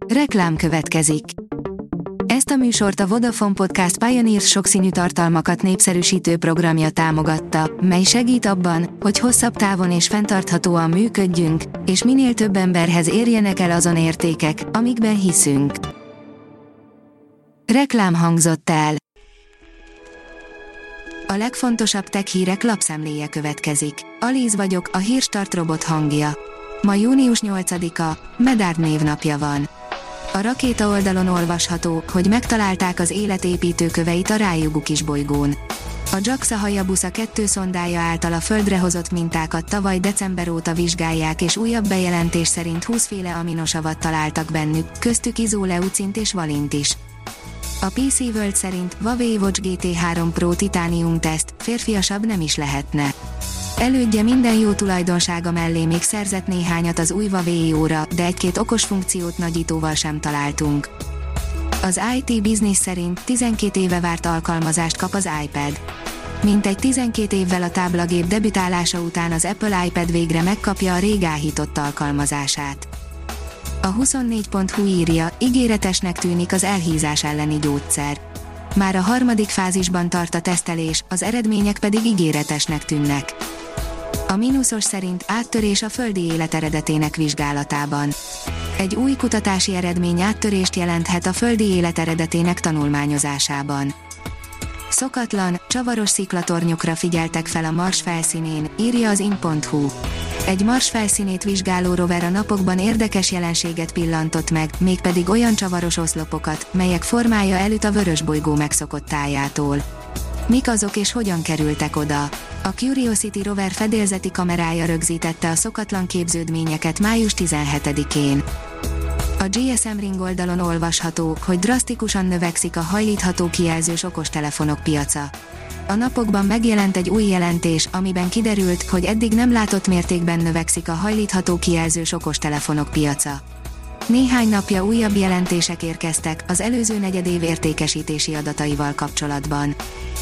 Reklám következik. Ezt a műsort a Vodafone Podcast Pioneers sokszínű tartalmakat népszerűsítő programja támogatta, mely segít abban, hogy hosszabb távon és fenntarthatóan működjünk, és minél több emberhez érjenek el azon értékek, amikben hiszünk. Reklám hangzott el. A legfontosabb tech hírek lapszemléje következik. Alíz vagyok, a Hírstart robot hangja. Ma június 8-a, Medard névnapja van. A rakéta oldalon olvasható, hogy megtalálták az élet építőköveit a Ryugu kisbolygón. A JAXA Hayabusa 2 szondája által a Földre hozott mintákat tavaly december óta vizsgálják, és újabb bejelentés szerint 20 féle aminosavat találtak bennük, köztük izoleucint és valint is. A PC World szerint Huawei Watch GT3 Pro Titanium teszt, férfiasabb nem is lehetne. Elődje minden jó tulajdonsága mellé még szerzett néhányat az új Huawei óra, de egy-két okos funkciót nagyítóval sem találtunk. Az IT Business szerint 12 éve várt alkalmazást kap az iPad. Mintegy 12 évvel a táblagép debütálása után az Apple iPad végre megkapja a rég áhított alkalmazását. A 24.hu írja, ígéretesnek tűnik az elhízás elleni gyógyszer. Már a harmadik fázisban tart a tesztelés, az eredmények pedig ígéretesnek tűnnek. A mínuszos szerint áttörés a földi élet eredetének vizsgálatában. Egy új kutatási eredmény áttörést jelenthet a földi élet eredetének tanulmányozásában. Szokatlan, csavaros sziklatornyokra figyeltek fel a Mars felszínén, írja az in.hu. Egy Mars felszínét vizsgáló rover a napokban érdekes jelenséget pillantott meg, mégpedig olyan csavaros oszlopokat, melyek formája elüt a vörösbolygó megszokott tájától. Mik azok és hogyan kerültek oda? A Curiosity rover fedélzeti kamerája rögzítette a szokatlan képződményeket május 17-én. A GSM Ring oldalon olvasható, hogy drasztikusan növekszik a hajlítható kijelzős okostelefonok piaca. A napokban megjelent egy új jelentés, amiben kiderült, hogy eddig nem látott mértékben növekszik a hajlítható kijelzős okostelefonok piaca. Néhány napja újabb jelentések érkeztek az előző negyedév értékesítési adataival kapcsolatban.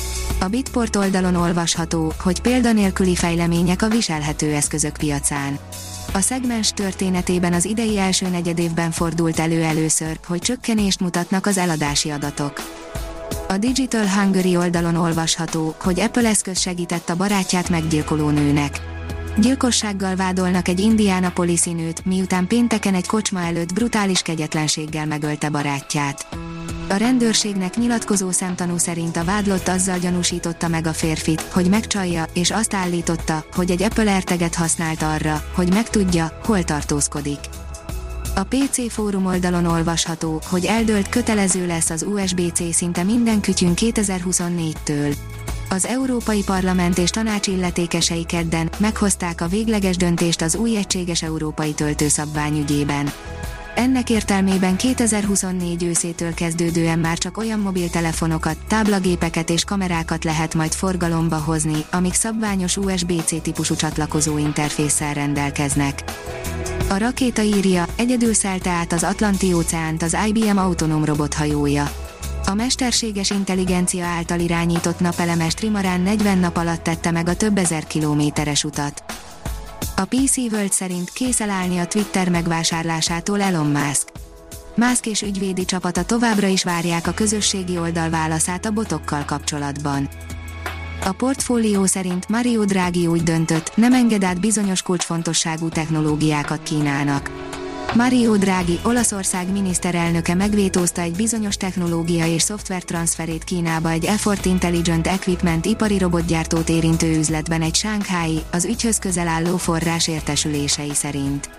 A Bitport oldalon olvasható, hogy példanélküli fejlemények a viselhető eszközök piacán. A szegmens történetében az idei első negyedévben fordult elő először, hogy csökkenést mutatnak az eladási adatok. A Digital Hungary oldalon olvasható, hogy Apple eszköz segített a barátját meggyilkoló nőnek. Gyilkossággal vádolnak egy indianapolisi nőt, miután pénteken egy kocsma előtt brutális kegyetlenséggel megölte barátját. A rendőrségnek nyilatkozó szemtanú szerint a vádlott azzal gyanúsította meg a férfit, hogy megcsalja, és azt állította, hogy egy Apple AirTaget használt arra, hogy megtudja, hol tartózkodik. A PC fórum oldalon olvasható, hogy eldőlt kötelező lesz az USB-C szinte minden kütyűn 2024-től. Az Európai Parlament és Tanács illetékesei kedden meghozták a végleges döntést az új egységes európai töltőszabvány ügyében. Ennek értelmében 2024 őszétől kezdődően már csak olyan mobiltelefonokat, táblagépeket és kamerákat lehet majd forgalomba hozni, amik szabványos USB-C típusú csatlakozó interfésszel rendelkeznek. A rakéta írja, egyedül szelte át az Atlanti-óceánt az IBM autonóm robothajója. A mesterséges intelligencia által irányított napelemes trimarán 40 nap alatt tette meg a több ezer kilométeres utat. A PC World szerint kész állni a Twitter megvásárlásától Elon Musk. Musk és ügyvédi csapata továbbra is várják a közösségi oldal válaszát a botokkal kapcsolatban. A portfólió szerint Mario Draghi úgy döntött, nem enged át bizonyos kulcsfontosságú technológiákat Kínának. Mario Draghi, Olaszország miniszterelnöke megvétózta egy bizonyos technológia és szoftver transferét Kínába egy Effort Intelligent Equipment ipari robotgyártót érintő üzletben egy shanghái, az ügyhöz közel álló forrás értesülései szerint.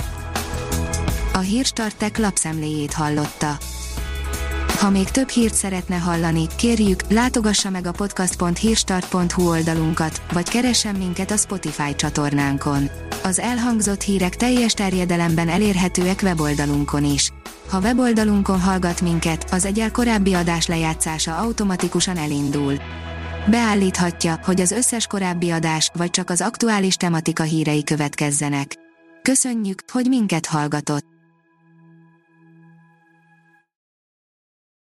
A Hírstart Tech lapszemléjét hallotta. Ha még több hírt szeretne hallani, kérjük, látogassa meg a podcast.hírstart.hu oldalunkat, vagy keressen minket a Spotify csatornánkon. Az elhangzott hírek teljes terjedelemben elérhetőek weboldalunkon is. Ha weboldalunkon hallgat minket, az egyel korábbi adás lejátszása automatikusan elindul. Beállíthatja, hogy az összes korábbi adás, vagy csak az aktuális tematika hírei következzenek. Köszönjük, hogy minket hallgatott!